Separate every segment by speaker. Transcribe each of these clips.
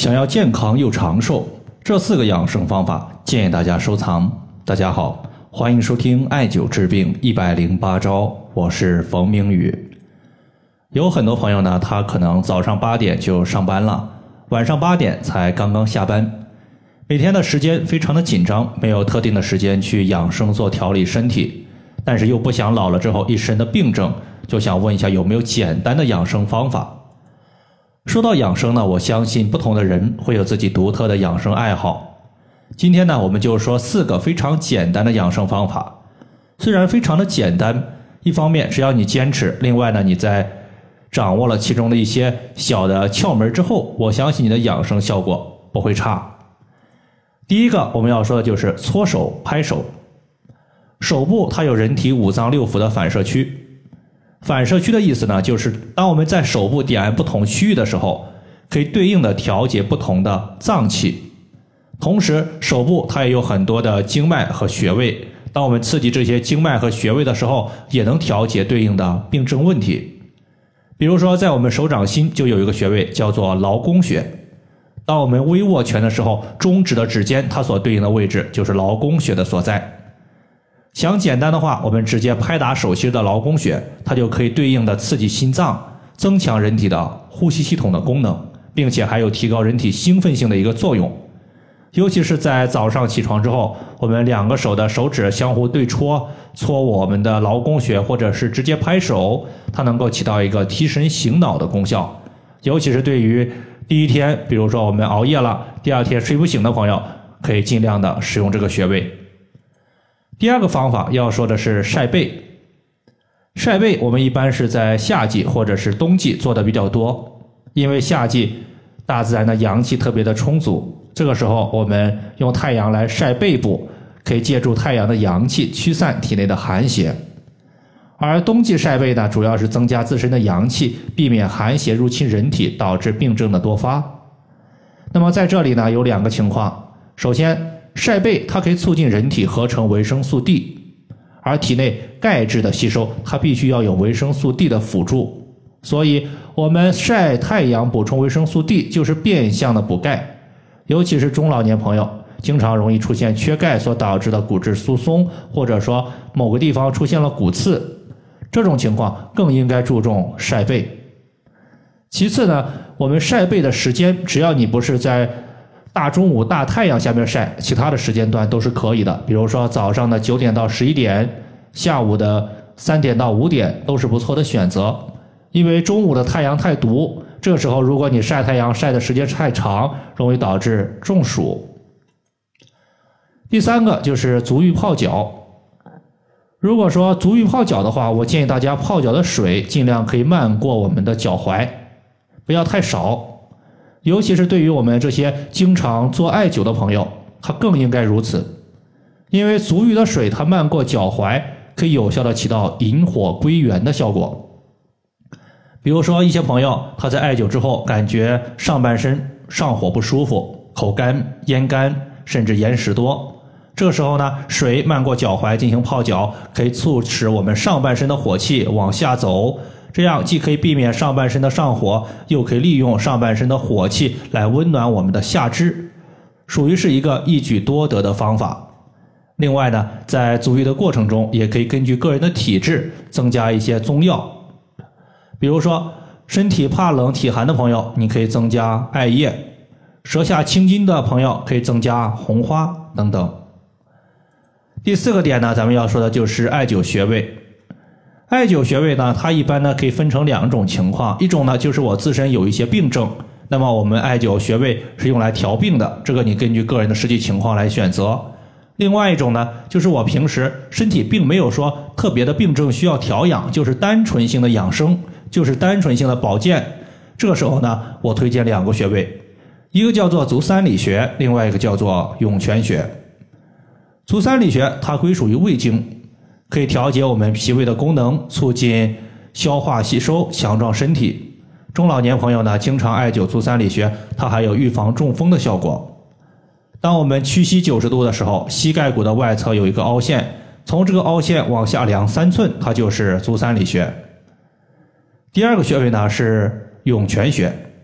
Speaker 1: 想要健康又长寿，这4个养生方法建议大家收藏。大家好，欢迎收听艾灸治病108招，我是冯明宇。有很多朋友呢，他可能早上8点就上班了，晚上8点才刚刚下班，每天的时间非常的紧张，没有特定的时间去养生做调理身体，但是又不想老了之后一身的病症，就想问一下有没有简单的养生方法。说到养生呢，我相信不同的人会有自己独特的养生爱好。今天呢，我们就说4个非常简单的养生方法。虽然非常的简单，一方面只要你坚持，另外呢，你在掌握了其中的一些小的窍门之后，我相信你的养生效果不会差。第一个我们要说的就是搓手拍手。手部它有人体5脏6腑的反射区，反射区的意思呢，就是当我们在手部点按不同区域的时候，可以对应的调节不同的脏器。同时手部它也有很多的经脉和穴位，当我们刺激这些经脉和穴位的时候，也能调节对应的病症问题。比如说在我们手掌心就有一个穴位叫做劳宫穴，当我们微握拳的时候，中指的指尖它所对应的位置就是劳宫穴的所在。想简单的话，我们直接拍打手心的劳宫穴，它就可以对应的刺激心脏，增强人体的呼吸系统的功能，并且还有提高人体兴奋性的一个作用。尤其是在早上起床之后，我们2个手的手指相互对戳，搓我们的劳宫穴，或者是直接拍手，它能够起到一个提神醒脑的功效。尤其是对于第一天，比如说我们熬夜了，第2天睡不醒的朋友，可以尽量的使用这个穴位。第2个方法要说的是晒背。晒背我们一般是在夏季或者是冬季做的比较多，因为夏季大自然的阳气特别的充足，这个时候我们用太阳来晒背部，可以借助太阳的阳气驱散体内的寒邪。而冬季晒背呢，主要是增加自身的阳气，避免寒邪入侵人体，导致病症的多发。那么在这里呢，有2个情况。首先，晒背它可以促进人体合成维生素 D， 而体内钙质的吸收它必须要有维生素 D 的辅助，所以我们晒太阳补充维生素 D 就是变相的补钙。尤其是中老年朋友经常容易出现缺钙所导致的骨质疏松，或者说某个地方出现了骨刺，这种情况更应该注重晒背。其次呢，我们晒背的时间，只要你不是在大中午大太阳下面晒，其他的时间段都是可以的。比如说早上的9点到11点，下午的3点到5点都是不错的选择。因为中午的太阳太毒，这个时候如果你晒太阳晒的时间太长，容易导致中暑。第3个就是足浴泡脚。如果说足浴泡脚的话，我建议大家泡脚的水尽量可以漫过我们的脚踝，不要太少。尤其是对于我们这些经常做艾灸的朋友，它更应该如此。因为足浴的水它漫过脚踝，可以有效的起到引火归元的效果。比如说一些朋友他在艾灸之后，感觉上半身上火不舒服，口干、咽干，甚至眼屎多。这个时候呢，水漫过脚踝进行泡脚，可以促使我们上半身的火气往下走，这样既可以避免上半身的上火，又可以利用上半身的火气来温暖我们的下肢，属于是一个一举多得的方法。另外呢，在足浴的过程中，也可以根据个人的体质增加一些中药。比如说身体怕冷体寒的朋友，你可以增加艾叶；舌下青筋的朋友可以增加红花等等。第4个点呢，咱们要说的就是艾灸穴位。艾灸穴位呢，它一般呢可以分成2种情况，一种呢就是我自身有一些病症，那么我们艾灸穴位是用来调病的，这个你根据个人的实际情况来选择。另外一种呢，就是我平时身体并没有说特别的病症需要调养，就是单纯性的养生，就是单纯性的保健。这个时候呢，我推荐2个穴位，一个叫做足三里穴，另外一个叫做涌泉穴。足三里穴它归属于胃经，可以调节我们脾胃的功能，促进消化吸收，强壮身体。中老年朋友呢，经常艾灸足三里穴，它还有预防中风的效果。当我们屈膝90度的时候，膝盖骨的外侧有一个凹陷，从这个凹陷往下量3寸，它就是足三里穴。第2个穴位呢是涌泉穴。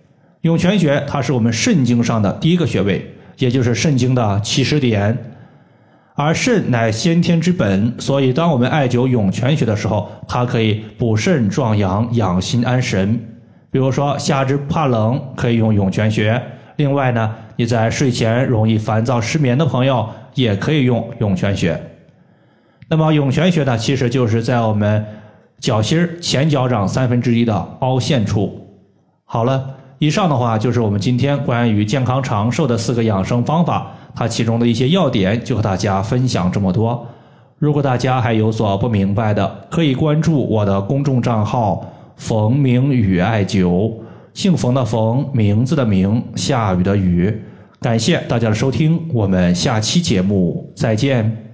Speaker 1: 涌泉穴它是我们肾经上的第一个穴位，也就是肾经的起始点。而肾乃先天之本，所以当我们艾灸涌泉穴的时候，它可以补肾壮阳，养心安神。比如说夏至怕冷，可以用涌泉穴。另外呢，你在睡前容易烦躁失眠的朋友，也可以用涌泉穴。那么涌泉穴呢，其实就是在我们脚心前脚掌1/3的凹陷处。好了，以上的话就是我们今天关于健康长寿的4个养生方法，它其中的一些要点就和大家分享这么多。如果大家还有所不明白的，可以关注我的公众账号冯明宇艾灸，姓冯的冯，名字的名，下雨的雨。感谢大家的收听，我们下期节目再见。